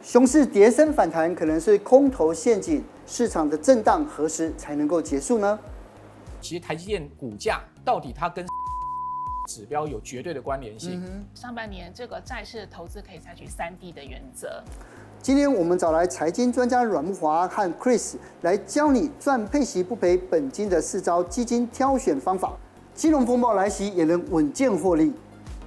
熊市跌升反弹可能是空头陷阱，市场的震荡何时才能够结束呢？ 其实台积电股价到底它跟指标有绝对的关联性。 上半年这个债市的投资可以采取3D 的原则。 今天我们找来财经专家阮慕骅和 Chris 来教你赚配息不赔本金的4招基金挑选方法，金融风暴来袭也能稳健获利。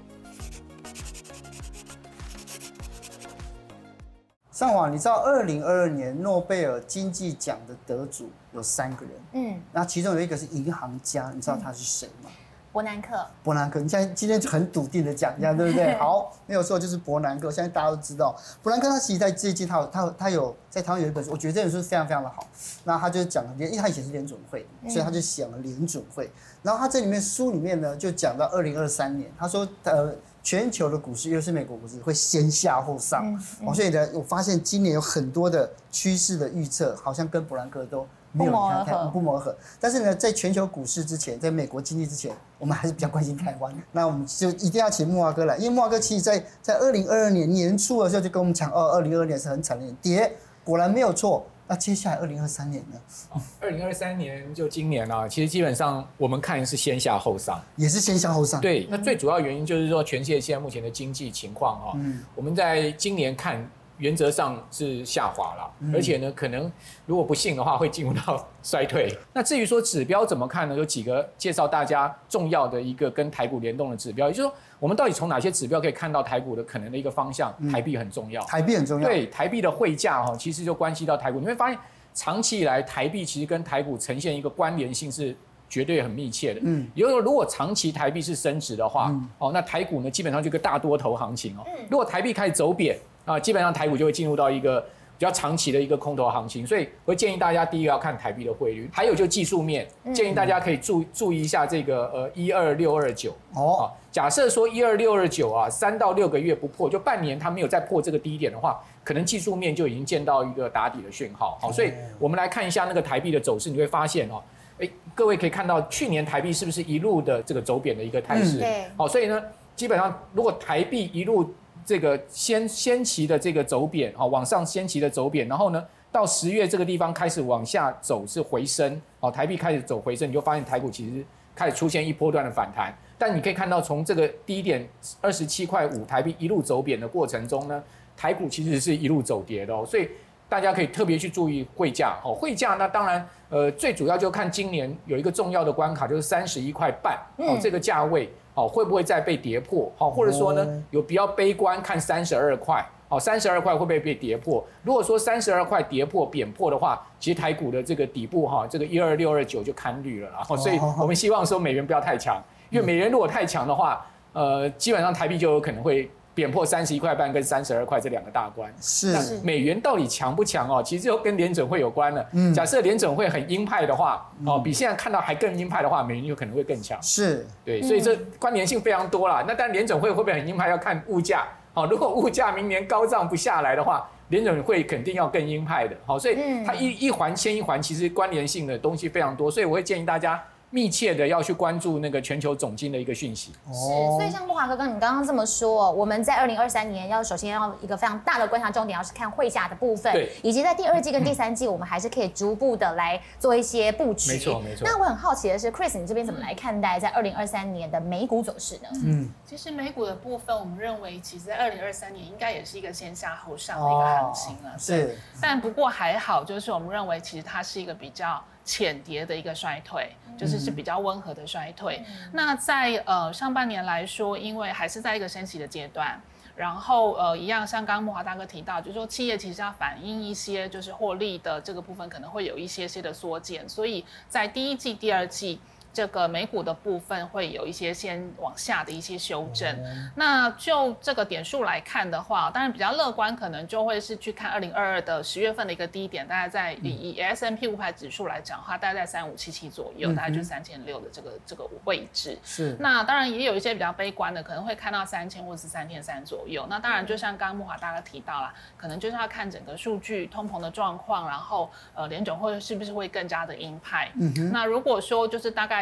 上华，你知道2022年诺贝尔经济奖的得主有3个人，那其中有一个是银行家，你知道他是谁吗？ 伯南克。 伯南克，你现在今天就很笃定的讲一下，对不对？好，没有错，就是伯南克。现在大家都知道，伯南克他其实在这一季他有在台湾有一本书，我觉得这本书非常非常的好。那他就讲了因为他以前是联准会，所以他就写了联准会。然后他这里面书里面呢就讲到2023年，他说全球的股市，尤其是美国股市会先下后上，所以呢，我发现今年有很多的趋势的预测，好像跟伯南克都没有不谋而合。但是呢，在全球股市之前，在美国经济之前，我们还是比较关心台湾。那我们就一定要请慕骅哥来，因为慕骅哥其实在2022年年初的时候就跟我们讲，2022年是很惨的年跌，果然没有错。那接下来2023年呢 ？2023年就今年啊，其实基本上我们看是先下后上， 也是先下后上。 对，那最主要原因就是说，全世界现在目前的经济情况啊，我们在今年看原则上是下滑了，而且呢，可能如果不幸的话，会进入到衰退。那至于说指标怎么看呢？有几个介绍大家重要的一个跟台股联动的指标，也就是说，我们到底从哪些指标可以看到台股的可能的一个方向？台币很重要， 台币很重要。 对，台币的汇价哈，其实就关系到台股。你会发现，长期以来台币其实跟台股呈现一个关联性是绝对很密切的。也就是说，如果长期台币是升值的话，那台股呢基本上就一个大多头行情哦。如果台币开始走贬啊，基本上台股就会进入到一个比较长期的一个空头行情，所以我会建议大家第一个要看台币的汇率，还有就技术面，建议大家可以注意一下这个12629哦。假设说12629啊，3到6个月不破，就半年它没有再破这个低点的话，可能技术面就已经见到一个打底的讯号。好，所以我们来看一下那个台币的走势，你会发现哦，各位可以看到去年台币是不是一路的这个走贬的一个态势？ 对。 好，所以呢，基本上如果台币一路这个先期的这个走贬，往上先期的走贬，然后呢，到10月这个地方开始往下走是回升，台币开始走回升，你就发现台股其实开始出现一波段的反弹。但你可以看到，从这个低点27.5台币一路走贬的过程中呢，台股其实是一路走跌的哦，所以大家可以特别去注意汇价。汇价那当然，最主要就看今年有一个重要的关卡，就是31.5块，这个价位。会不会再被跌破？或者说呢，有比较悲观看32块，32块会不会被跌破？如果说32块跌破贬破的话，其实台股的这个底部这个12629就看绿了啦。所以我们希望说美元不要太强，因为美元如果太强的话，基本上台币就有可能会贬破31.5块跟32块这2个大关。 是。 那美元到底强不强其实就跟联准会有关了。假设联准会很鹰派的话，比现在看到还更鹰派的话，美元有可能会更强。 是。 对，所以这关联性非常多啦。那但联准会会不会很鹰派，要看物价。如果物价明年高涨不下来的话，联准会肯定要更鹰派的。所以它一环牵一环，其实关联性的东西非常多。所以我会建议大家密切的要去关注那个全球总经的一个讯息。 是，所以像慕骅哥你刚刚这么说，我们在2023年首先要一个非常大的观察重点，要是看汇价的部分， 对， 以及在第2季跟第3季，我们还是可以逐步的来做一些布局。 没错。 那我很好奇的是 ，Chris， 你这边怎么来看待在2023年的美股走势呢？ 其实美股的部分，我们认为其实在2023年应该也是一个先下后上的一个行情了。 是。 但不过还好，就是我们认为其实它是一个比较浅跌的一个衰退，就是比较温和的衰退。那在上半年来说，因为还是在一个升息的阶段，然后一样像刚刚慕骅大哥提到，就是说企业其实要反映一些就是获利的这个部分可能会有一些的缩减，所以在第1季、第2季。这个美股的部分会有一些先往下的一些修正。那就这个点数来看的话，当然比较乐观，可能就会是去看2022的10月份的一个低点，大概在以 S&P 500指数来讲的话，大概在3577左右，大概就3600的这个位置。 是。 那当然也有一些比较悲观的，可能会看到3000或是3300左右。那当然就像刚刚慕骅大哥提到啦，可能就是要看整个数据、通膨的状况，然后联准会是不是会更加的鹰派。那如果说就是大概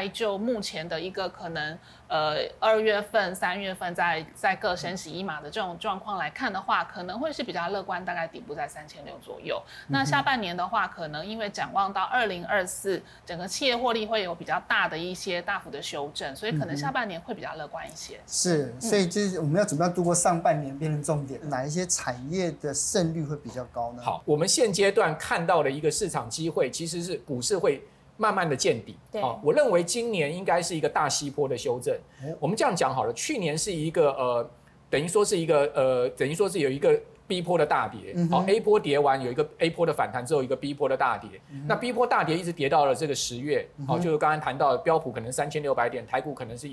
在就目前的一个可能2月份、3月份在各升息1码的这种状况来看的话，可能会是比较乐观，大概底部在3600左右。那下半年的话，可能因为展望到2024，整个企业获利会有比较大的一些大幅的修正，所以可能下半年会比较乐观一些。 是，所以就是我们要怎么样度过上半年变成重点，哪一些产业的胜率会比较高呢？ 好，我们现阶段看到的一个市场机会，其实是股市会慢慢的见底。 对， 我认为今年应该是一个大西坡的修正。我们这样讲好了，去年是一个等于说是有一个 B 波的大跌，A 波跌完有一个 A 波的反弹之后，一个 B 波的大跌。那 B 波大跌一直跌到了这个10月，就是刚刚谈到的标普可能3600点，台股可能是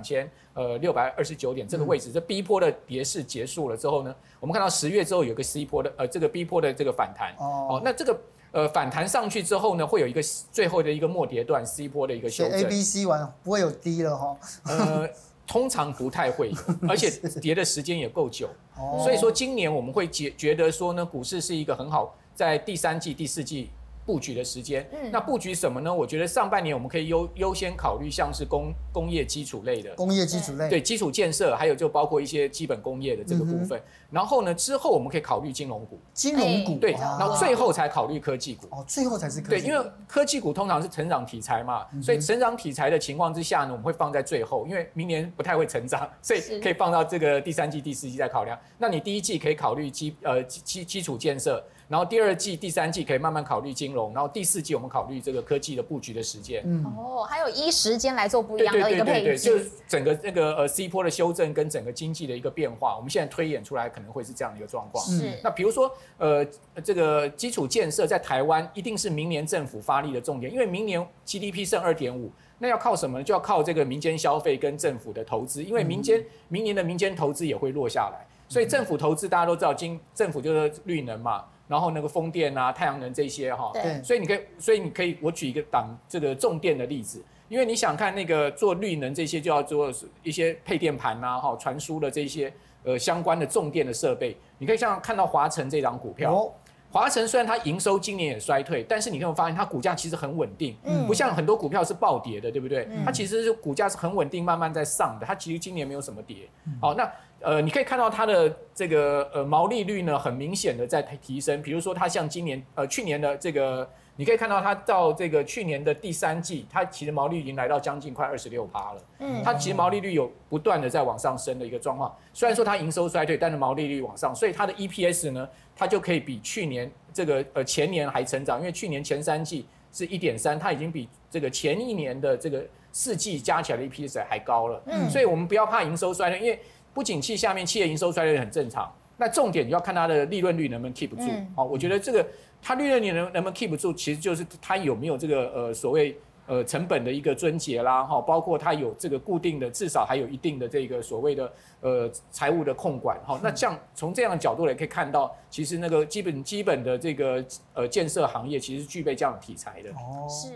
12629点这个位置。这 B 波的跌势结束了之后呢，我们看到10月之后有个 C 波的这个 B 波的这个反弹。那这个反弹上去之后呢，会有一个最后的一个末跌段 C 波的一个修正。 A、B、C 完不会有 D 了哈。 通常不太会有，而且跌的时间也够久，所以说今年我们会觉得说呢，股市是一个很好在第3季、第4季布局的时间。那布局什么呢？我觉得上半年我们可以优先考虑像是工业基础类的， 工业基础类， 对基础建设，还有就包括一些基本工业的这个部分。然后呢，之后我们可以考虑金融股，对，然后最后才考虑科技股。 最后才是科技股。 对，因为科技股通常是成长题材嘛，所以成长题材的情况之下呢，我们会放在最后，因为明年不太会成长，所以可以放到这个第3季、第4季再考量。那你第1季可以考虑基础建设。然后第2季、第3季可以慢慢考虑金融，然后第4季我们考虑这个科技的布局的时间。 还有依时间来做不一样的一个配置。对， 就是整个那个C 波的修正跟整个经济的一个变化，我们现在推演出来可能会是这样的一个状况。那比如说这个基础建设在台湾一定是明年政府发力的重点，因为明年 GDP 剩2.5。那要靠什么呢？就要靠这个民间消费跟政府的投资，因为明年的民间投资也会落下来，所以政府投资大家都知道，政府就是绿能嘛，然后那个风电啊、太阳能这些哈， 对， 所以你可以，我举一个这个重电的例子，因为你想看那个做绿能这些就要做一些配电盘啊、传输的这些相关的重电的设备，你可以像看到华城这张股票。华城虽然它营收今年也衰退，但是你可以发现它股价其实很稳定，不像很多股票是暴跌的，对不对？它其实是股价是很稳定，慢慢在上的。它其实今年没有什么跌。好，那你可以看到它的这个毛利率呢，很明显的在提升。比如说它像去年的这个，你可以看到它到这个去年的第3季，它其实毛利已经来到将近快26%了。它其实毛利率有不断的在往上升的一个状况。虽然说它营收衰退，但是毛利率往上，所以它的 EPS 呢，它就可以比去年这个前年还成长，因为去年前3季是1.3，它已经比这个前1年的这个4季加起来的 EPS 还高了。所以我们不要怕营收衰退，因为不景气下面企业营收衰退很正常。那重点你要看它的利润率能不能 keep 住。我觉得这个它利润率能不能 keep 住，其实就是它有没有这个所谓成本的一个撙节啦，包括它有这个固定的，至少还有一定的这个所谓的财务的控管。那像从这样的角度来可以看到，其实那个基本的这个建设行业其实具备这样的题材的。 是。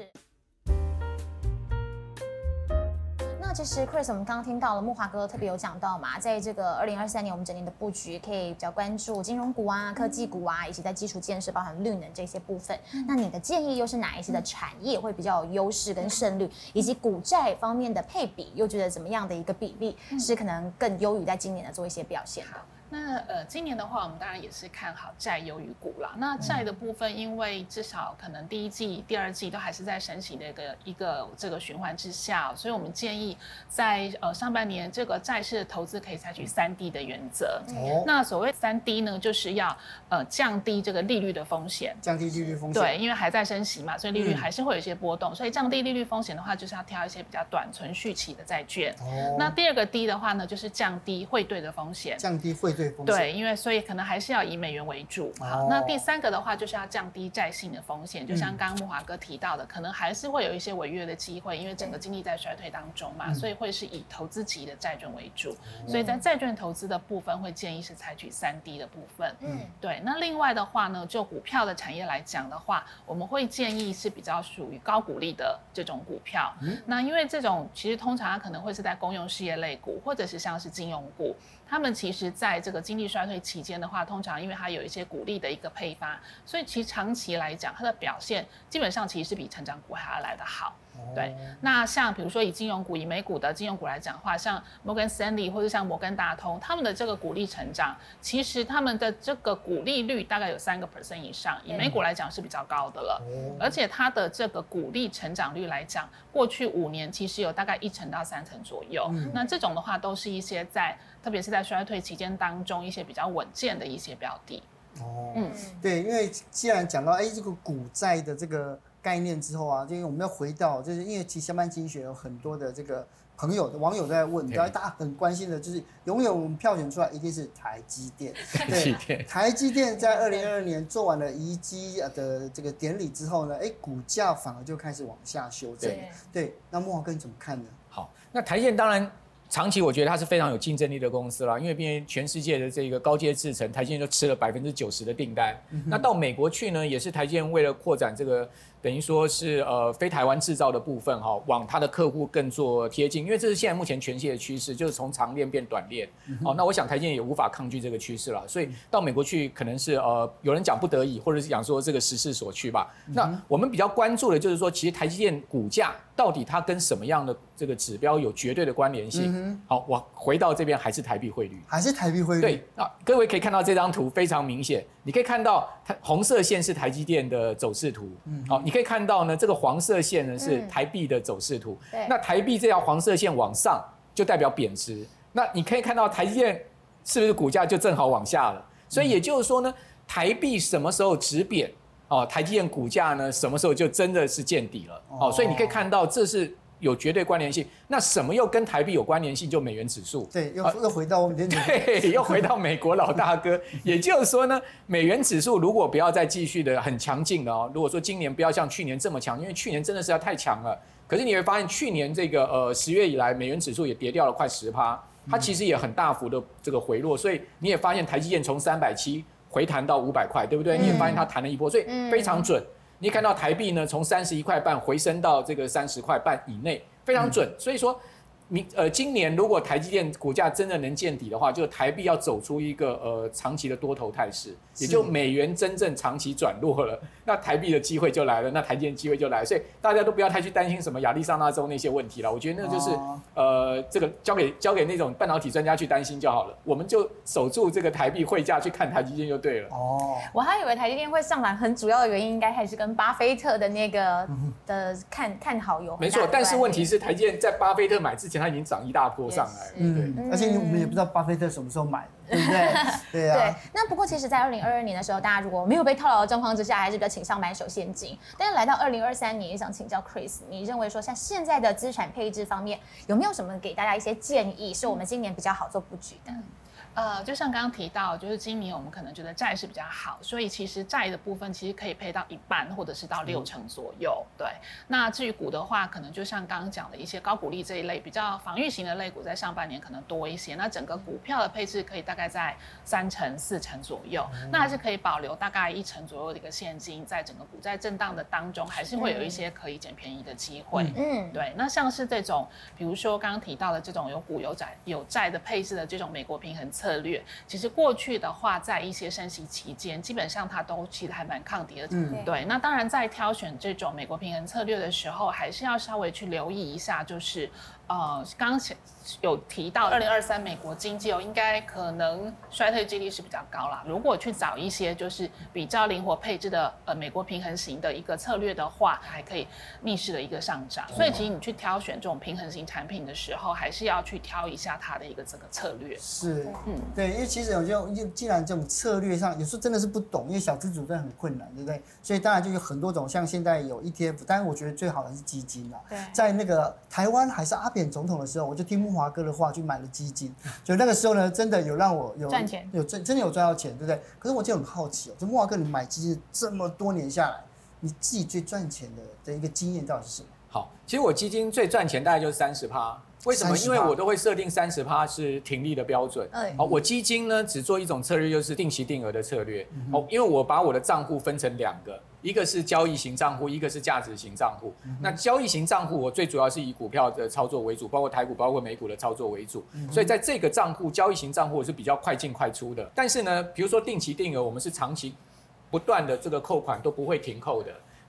那其实 Chris， 我们刚刚听到了木华哥特别有讲到嘛，在这个2023年我们整年的布局可以比较关注金融股啊、科技股啊，以及在基础建设包含绿能这些部分。那你的建议又是哪一些的产业会比较有优势跟胜率，以及股债方面的配比，又觉得怎么样的一个比例是可能更优于在今年的做一些表现的？ 那今年的话，我们当然也是看好债优于股啦。那债的部分，因为至少可能第1季、第2季都还是在升息的一个这个循环之下，所以我们建议在上半年这个债市的投资可以采取3D 的原则。那所谓3D 呢，就是要降低这个利率的风险， 降低利率风险。 对，因为还在升息嘛，所以利率还是会有一些波动，所以降低利率风险的话，就是要挑一些比较短存续期的债券。那第2个 D 的话呢，就是降低汇兑的风险， 降低汇兑。 对，因为所以可能还是要以美元为主。好，那第3个的话就是要降低债信的风险，就像刚刚木华哥提到的，可能还是会有一些违约的机会，因为整个经济在衰退当中嘛，所以会是以投资级的债券为主。所以在债券投资的部分，会建议是采取3D 的部分。对。那另外的话呢，就股票的产业来讲的话，我们会建议是比较属于高股利的这种股票。那因为这种其实通常它可能会是在公用事业类股，或者是像是金融股。他们其实在这个经济衰退期间的话，通常因为它有一些股利的一个配发，所以其实长期来讲，它的表现基本上其实是比成长股还要来得好。 对，那像比如说以金融股、以美股的金融股来讲的话，像摩根斯坦利或者像摩根大通，他们的这个股利成长，其实他们的这个股利率大概有3%以上，以美股来讲是比较高的了。而且它的这个股利成长率来讲，过去5年其实有大概1%到3%左右。那这种的话，都是一些特别是在衰退期间当中一些比较稳健的一些标的。 对，因为既然讲到这个股债的这个概念之后啊，就因为我们要回到，就是因为其实下班经济学有很多的这个网友在问，大家很关心的就是永远我们票选出来一定是台积电。对，台积电在2022年做完了移机的这个典礼之后呢，股价反而就开始往下修正。对，那慕骅哥你怎么看呢？ 好，那台积电当然。长期我觉得它是非常有竞争力的公司啦，因为毕竟全世界的这个高阶制程，台积电就吃了90%的订单。那到美国去呢，也是台积电为了扩展这个等于说是非台湾制造的部分哈，往它的客户更做贴近，因为这是现在目前全世界的趋势，就是从长链变短链。那我想台积电也无法抗拒这个趋势了，所以到美国去可能是有人讲不得已，或者是讲说这个时势所趋吧。那我们比较关注的就是说，其实台积电股价到底它跟什么样的这个指标有绝对的关联性？好，我回到这边还是台币汇率，对，各位可以看到这张图非常明显，你可以看到红色线是台积电的走势图，好，你可以看到呢这个黄色线呢是台币的走势图，那台币这条黄色线往上就代表贬值，那你可以看到台积电是不是股价就正好往下了？所以也就是说呢，台币什么时候止贬，台积电股价呢什么时候就真的是见底了，所以你可以看到这是有绝对关联性。那什么又跟台币有关联性？就美元指数。 对，又回到我们对，又回到美国老大哥。也就是说呢，美元指数如果不要再继续的很强劲了如果说今年不要像去年这么强，因为去年真的是要太强了。可是你会发现，去年这个10月以来，美元指数也跌掉了快10%，它其实也很大幅的这个回落，所以你也发现台积电从370回弹到500块，对不对？你也发现它弹了一波，所以非常准。你看到台币呢，从31块半回升到这个30块半以内，非常准。所以说，今年如果台积电股价真的能见底的话，就台币要走出一个长期的多头态势，也就美元真正长期转弱了，那台币的机会就来了，那台积电机会就来了。所以大家都不要太去担心什么亚利桑那州那些问题了。我觉得那就是这个交给那种半导体专家去担心就好了，我们就守住这个台币汇价去看台积电就对了。 我还以为台积电会上涨，很主要的原因应该还是跟巴菲特的那个的看好有没错，但是问题是台积电在巴菲特买之前，它已经涨一大波上来了。 而且我们也不知道巴菲特什么时候买的，对不对？对啊。 对，那不过其实，在2022年的时候，大家如果没有被套牢的状况之下，还是比较倾向买手现金。但是来到2023年，也想请教 Chris， 你认为说像现在的资产配置方面，有没有什么给大家一些建议，是我们今年比较好做布局的？ 就像刚刚提到，就是今年我们可能觉得债是比较好，所以其实债的部分其实可以配到1半或者是到60%左右。对，那至于股的话，可能就像刚刚讲的一些高股利这一类比较防御型的类股，在上半年可能多一些。那整个股票的配置可以大概在3%、4%左右，那还是可以保留大概1%左右的一个现金，在整个股债震荡的当中，还是会有一些可以捡便宜的机会。对。那像是这种，比如说刚刚提到的这种有股有债的配置的这种美国平衡策略，其实过去的话，在一些升息期间，基本上它都其实还蛮抗跌的。对。那当然，在挑选这种美国平衡策略的时候，还是要稍微去留意一下，就是刚刚有提到2023美国经济应该可能衰退几率是比较高啦。如果去找一些就是比较灵活配置的美国平衡型的一个策略的话，还可以逆势的一个上涨。所以其实你去挑选这种平衡型产品的时候，还是要去挑一下它的一个这个策略。 是，对，因为其实既然这种策略上有时候真的是不懂，因为小资主真的很困难，对不对？所以当然就有很多种，像现在有 ETF， 当然我觉得最好的是基金啦。在那个台湾还是阿扁总统的时候，我就听慕骅哥的话去买了基金，就那个时候呢，真的有让我赚钱， 真的有赚到钱，对不对？可是我就很好奇就慕骅哥你买基金这么多年下来，你自己最赚钱的一个经验到底是什么？ 好，其实我基金最赚钱大概就是30%。为什么？因为我都会设定30%是停利的标准。好，我基金呢只做一种策略，就是定期定额的策略。因为我把我的账户分成2个，一个是交易型账户，一个是价值型账户。那交易型账户我最主要是以股票的操作为主，包括台股、包括美股的操作为主。所以在这个账户，交易型账户我是比较快进快出的。但是呢，比如说定期定额，我们是长期不断的这个扣款都不会停扣的。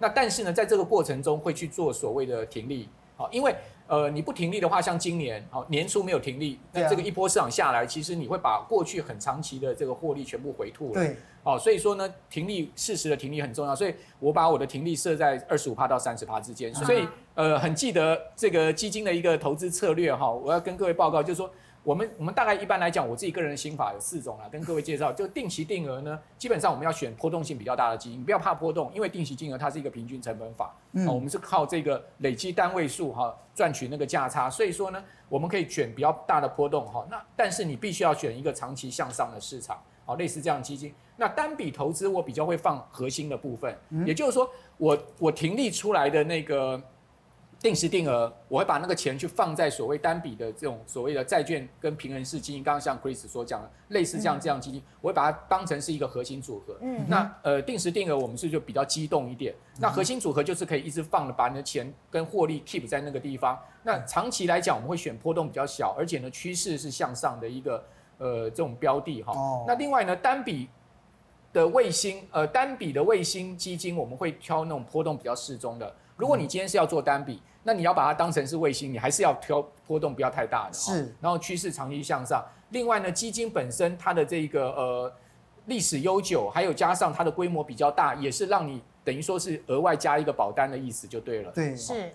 那但是呢，在这个过程中会去做所谓的停利，好，因为你不停利的话，像今年好年初没有停利，那这个一波市场下来，其实你会把过去很长期的这个获利全部回吐了。 对， 好，所以说呢，适时的停利很重要，所以我把我的停利设在25%到30%之间，所以很记得这个基金的一个投资策略哈，我要跟各位报告，就是说。我们大概一般来讲，我自己个人的心法有4种啦，跟各位介绍。就定期定额呢，基本上我们要选波动性比较大的基金，不要怕波动，因为定期定额它是一个平均成本法，我们是靠这个累积单位数哈赚取那个价差，所以说呢，我们可以选比较大的波动哈。那但是你必须要选一个长期向上的市场，好，类似这样的基金。那单笔投资我比较会放核心的部分，也就是说我停利出来的那个。定时定额，我会把那个钱去放在所谓单笔的这种所谓的债券跟平衡式基金，刚刚像 Chris 所讲的，类似这样基金，我会把它当成是一个核心组合。那定时定额我们是就比较激动一点，那核心组合就是可以一直放的，把你的钱跟获利 keep 在那个地方。那长期来讲，我们会选波动比较小，而且呢趋势是向上的一个这种标的哈。那另外呢单笔的卫星基金，我们会挑那种波动比较适中的。如果你今天是要做单笔，那你要把它当成是卫星，你还是要挑波动不要太大的， 是， 然后趋势长期向上。另外呢，基金本身它的这个历史悠久，还有加上它的规模比较大，也是让你等于说是额外加一个保单的意思就对了。 对， 是。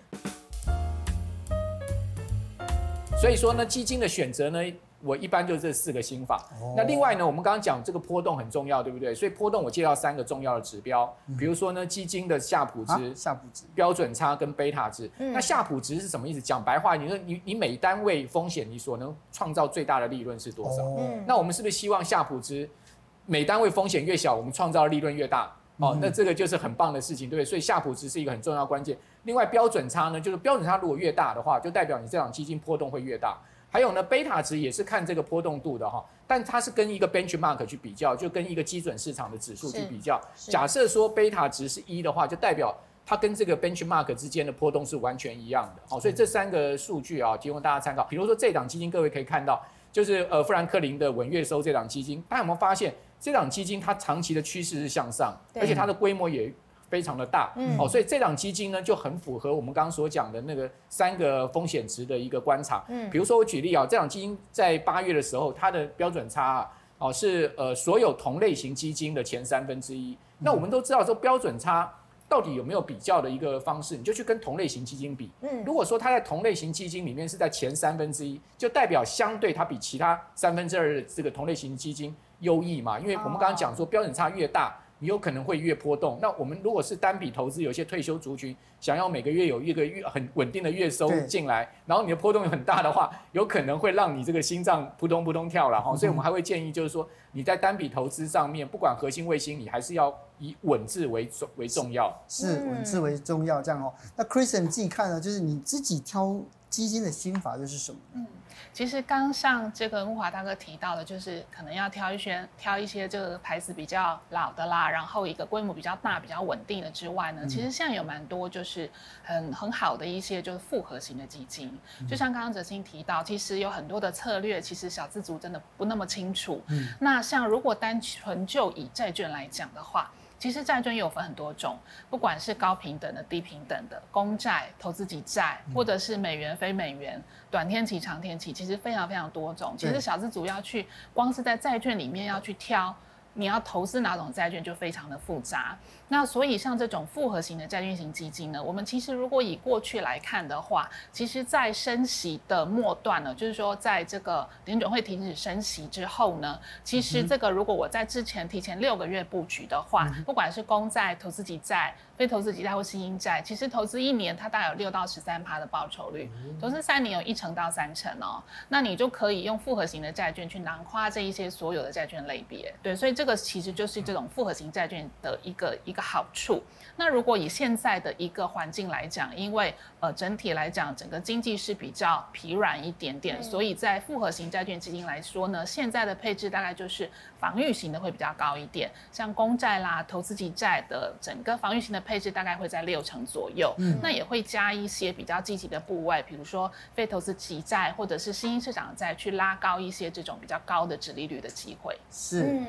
所以说呢，基金的选择呢。我一般就这4个心法。那另外呢，我们刚刚讲这个波动很重要，对不对？所以波动我介绍3个重要的指标，比如说呢，基金的夏普值、标准差跟贝塔值。那夏普值是什么意思？讲白话，你说你每单位风险你所能创造最大的利润是多少？那我们是不是希望夏普值每单位风险越小，我们创造的利润越大？那这个就是很棒的事情，对不对？所以夏普值是一个很重要的关键。另外标准差呢，就是标准差如果越大的话，就代表你这档基金波动会越大。还有呢，贝塔值也是看这个波动度的哈，但它是跟一个 benchmark 去比较，就跟一个基准市场的指数去比较。假设说贝塔值是1的话，就代表它跟这个 benchmark 之间的波动是完全一样的。好，所以这3个数据啊，提供大家参考。比如说这档基金，各位可以看到，就是富兰克林的稳月收这档基金，大家有没有发现这档基金它长期的趋势是向上，而且它的规模也非常的大，所以这档基金呢就很符合我们刚刚所讲的那个3个风险值的一个观察。比如说我举例啊，这档基金在8月的时候，它的标准差是所有同类型基金的前1/3。那我们都知道说标准差到底有没有比较的一个方式，你就去跟同类型基金比。如果说它在同类型基金里面是在前1/3，就代表相对它比其他2/3的这个同类型基金优异嘛，因为我们刚刚讲说标准差越大。你有可能会越波动。那我们如果是单笔投资，有些退休族群想要每个月有一个很稳定的月收进来，然后你的波动很大的话，有可能会让你这个心脏扑通扑通跳了哈。所以我们还会建议，就是说你在单笔投资上面，不管核心卫星，你还是要以稳字为重要。 是稳字为重要，这样哦。那 Chris 你自己看呢，就是你自己挑基金的心法又是什么？ 其实刚像这个木华大哥提到的，就是可能要挑一些这个牌子比较老的啦，然后一个规模比较大、比较稳定的之外呢，其实现在有蛮多就是很好的一些就是复合型的基金。就像刚刚哲青提到，其实有很多的策略，其实小资族真的不那么清楚。那像如果单纯就以债券来讲的话，其实债券也有分很多种，不管是高平等的、低平等的公债、投资级债，或者是美元、非美元、短天期、长天期，其实非常非常多种。其实小资主要去光是在债券里面要去挑你要投资哪种债券就非常的复杂。那所以像这种复合型的债券型基金呢，我们其实如果以过去来看的话，其实在升息的末段呢，就是说在这个联准会停止升息之后呢，其实这个如果我在之前提前6个月布局的话，不管是公债、投资级债、非投资级债或新兴债，其实投资1年它大概有6到13%的报酬率，投资3年有1成到3成哦。那你就可以用复合型的债券去囊括这一些所有的债券类别。对，所以这个其实就是这种复合型债券的一个好处。那如果以现在的一个环境来讲，因为整体来讲整个经济是比较疲软一点点，所以在复合型债券基金来说呢，现在的配置大概就是防御型的会比较高一点，像公债啦、投资级债的整个防御型的配置大概会在6成左右。那也会加一些比较积极的部位，比如说非投资级债或者是新兴市场债，去拉高一些这种比较高的殖利率的机会。 是， 可是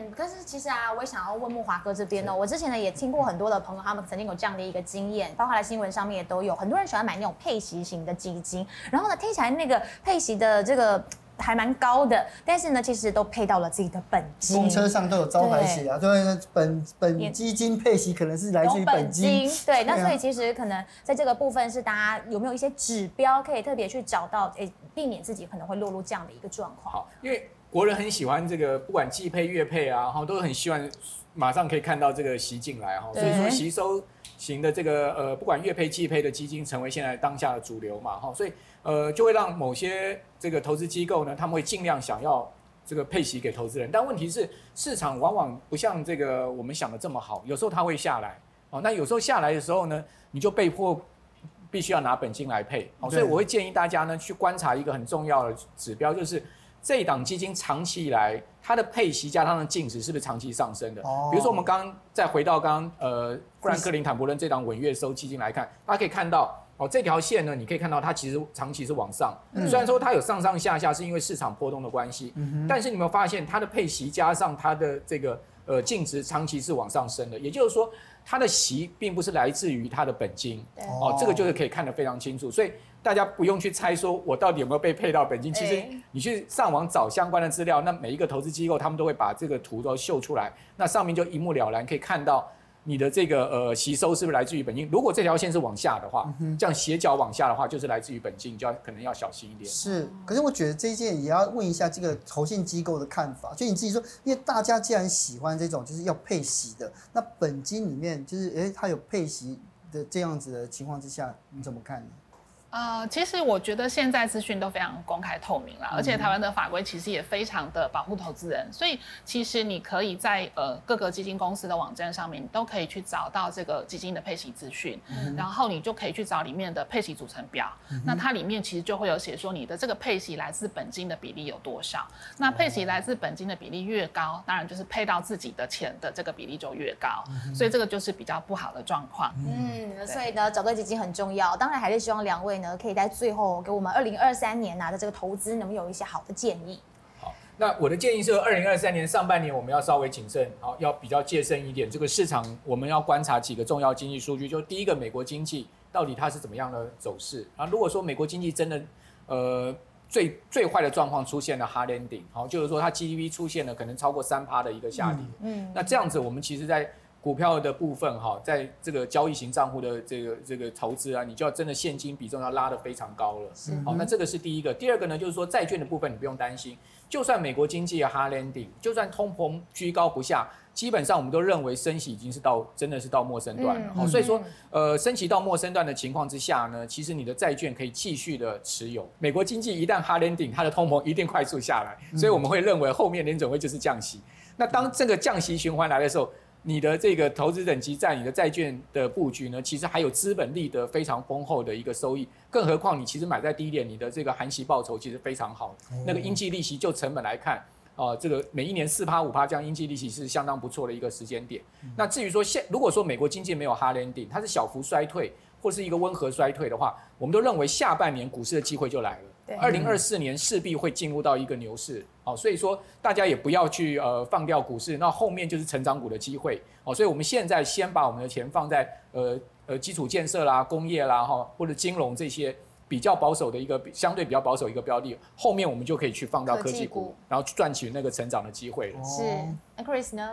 其实啊，我也想要问木华哥这边哦。我之前呢也听过很多的朋友，他们曾经有这样的一个经验，包括在新闻上面也都有，很多人喜欢买那种配息型的基金，然后呢听起来那个配息的这个还蛮高的，但是呢其实都配到了自己的本金。 公车上都有招牌写啊，对，本基金配息可能是来自于本金。 对，那所以其实可能在这个部分是大家有没有一些指标可以特别去找到，避免自己可能会落入这样的一个状况。 好，因为国人很喜欢这个，不管季配、月配啊，都很希望马上可以看到这个息进来哈，所以说息收型的这个不管月配、季配的基金成为现在当下的主流嘛哈，所以就会让某些这个投资机构呢，他们会尽量想要这个配息给投资人，但问题是市场往往不像这个我们想的这么好，有时候它会下来哦，那有时候下来的时候呢，你就被迫必须要拿本金来配，所以我会建议大家呢去观察一个很重要的指标，就是这一档基金长期以来它的配息加它的净值是不是长期上升的？比如说我们刚刚再回到富兰克林坦博伦这档稳月收基金来看，大家可以看到这条线呢，你可以看到它其实长期是往上，虽然说它有上上下下是因为市场波动的关系，但是你有没有发现它的配息加上它的这个净值长期是往上升的，也就是说它的息并不是来自于它的本金，这个就是可以看得非常清楚，所以大家不用去猜说我到底有没有被配到本金，其实你去上网找相关的资料，那每一个投资机构他们都会把这个图都秀出来，那上面就一目了然可以看到你的这个息收是不是来自于本金？如果这条线是往下的话，这样斜角往下的话，就是来自于本金，就可能要小心一点。 是，可是我觉得这一件也要问一下这个投信机构的看法。就你自己说，因为大家既然喜欢这种就是要配息的，那本金里面就是它有配息的这样子的情况之下，你怎么看呢？ 其实我觉得现在资讯都非常公开透明了，而且台湾的法规其实也非常的保护投资人，所以其实你可以在各个基金公司的网站上面，你都可以去找到这个基金的配息资讯，然后你就可以去找里面的配息组成表，那它里面其实就会有写说你的这个配息来自本金的比例有多少，那配息来自本金的比例越高，当然就是配到自己的钱的这个比例就越高，所以这个就是比较不好的状况。 所以呢，找对基金很重要，当然还是希望两位呢可以在最后给我们2023年的这个投资能有一些好的建议。 好，那我的建议是2023年上半年我们要稍微谨慎，要比较戒慎一点。这个市场我们要观察几个重要经济数据，就第一个美国经济到底它是怎么样的走势啊？如果说美国经济真的最坏的状况出现了 hard landing， 就是说它 GDP 出现了可能超过3%的一个下跌，那这样子我们其实在股票的部分在这个交易型账户的这个投资啊，你就要真的现金比重要拉得非常高了。好，那这个是第一个。第二个呢，就是说债券的部分你不用担心，就算美国经济的 hard landing， 就算通膨居高不下，基本上我们都认为升息已经是真的是到末升段了。所以说升息到末升段的情况之下呢，其实你的债券可以继续的持有。美国经济一旦 hard landing， 它的通膨一定快速下来，所以我们会认为后面联准会就是降息。那当这个降息循环来的时候，你的这个投资等级债，你的债券的布局呢，其实还有资本利得非常丰厚的一个收益，更何况你其实买在低点，你的这个含息报酬其实非常好，那个应计利息就成本来看，这个每一年4%、5%这样应计利息是相当不错的一个时间点。那至于说如果说美国经济没有 hard landing， 它是小幅衰退或是一个温和衰退的话，我们都认为下半年股市的机会就来了。2024年势必会进入到一个牛市，所以说大家也不要去放掉股市，那后面就是成长股的机会，所以我们现在先把我们的钱放在基础建设啦、工业啦或者金融这些比较保守的一个相对比较保守一个标的，后面我们就可以去放到科技股，然后赚取那个成长的机会了。 是，那 Chris 呢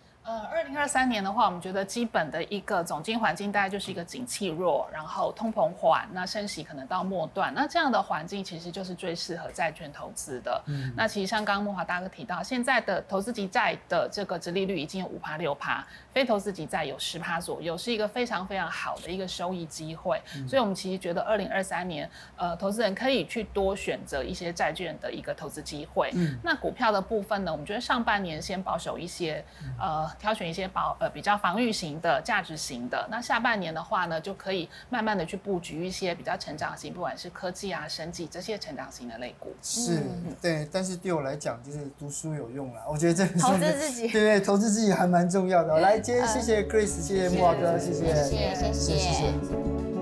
？2023年的话，我们觉得基本的一个总经环境大概就是一个景气弱，然后通膨缓，那升息可能到末段，那这样的环境其实就是最适合债券投资的。那其实像刚刚慕骅大哥提到，现在的投资级债的这个殖利率已经有5%、6%，非投资级债有10%左右，是一个非常非常好的一个收益机会。所以我们其实觉得2023年，投资人可以去多选择一些债券的一个投资机会。那股票的部分呢，我们觉得上半年先保守一些，挑选一些比较防御型的、价值型的。那下半年的话呢，就可以慢慢的去布局一些比较成长型，不管是科技啊、生技这些成长型的类股。 是，对。但是对我来讲，就是读书有用啦。我觉得这个投资自己， 对，投资自己还蛮重要的。来，今天谢谢 Chris， 谢谢慕骅哥，谢谢。